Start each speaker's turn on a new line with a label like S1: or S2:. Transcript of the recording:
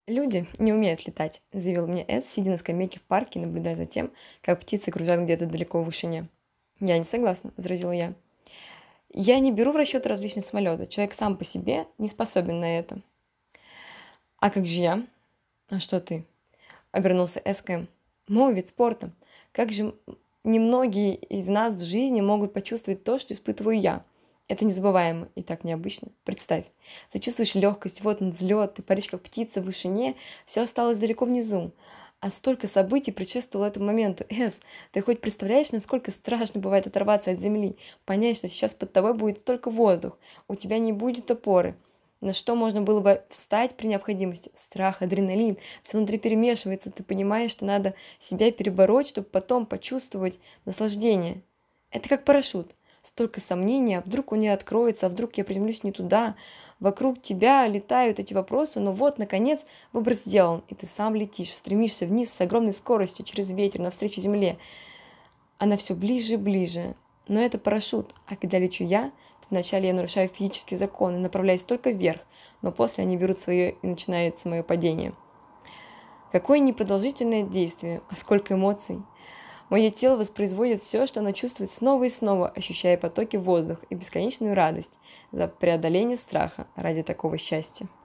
S1: «Люди не умеют летать», — заявил мне Эс, сидя на скамейке в парке, наблюдая за тем, как птицы кружат где-то далеко в вышине. «Я не согласна», — возразила я. «Я не беру в расчет различные самолеты. Человек сам по себе не способен на это». «А как же я?» «А что ты?» — обернулся Эс к Эм. «Мой вид спорта. Как же немногие из нас в жизни могут почувствовать то, что испытываю я. Это незабываемо и так необычно. Представь, ты чувствуешь легкость, вот он взлет, ты паришь как птица в вышине, все осталось далеко внизу. А столько событий предшествовало этому моменту. Эс, ты хоть представляешь, насколько страшно бывает оторваться от земли, понять, что сейчас под тобой будет только воздух, у тебя не будет опоры. На что можно было бы встать при необходимости? Страх, адреналин, все внутри перемешивается, ты понимаешь, что надо себя перебороть, чтобы потом почувствовать наслаждение. Это как парашют. Столько сомнений, а вдруг он не откроется, а вдруг я приземлюсь не туда. Вокруг тебя летают эти вопросы, но вот, наконец, выбор сделан, и ты сам летишь, стремишься вниз с огромной скоростью, через ветер, навстречу земле. Она все ближе и ближе. Но это парашют, а когда лечу я, то вначале я нарушаю физические законы, направляюсь только вверх, но после они берут свое и начинается мое падение. Какое непродолжительное действие, а сколько эмоций. Мое тело воспроизводит все, что оно чувствует снова и снова, ощущая потоки воздуха и бесконечную радость за преодоление страха ради такого счастья.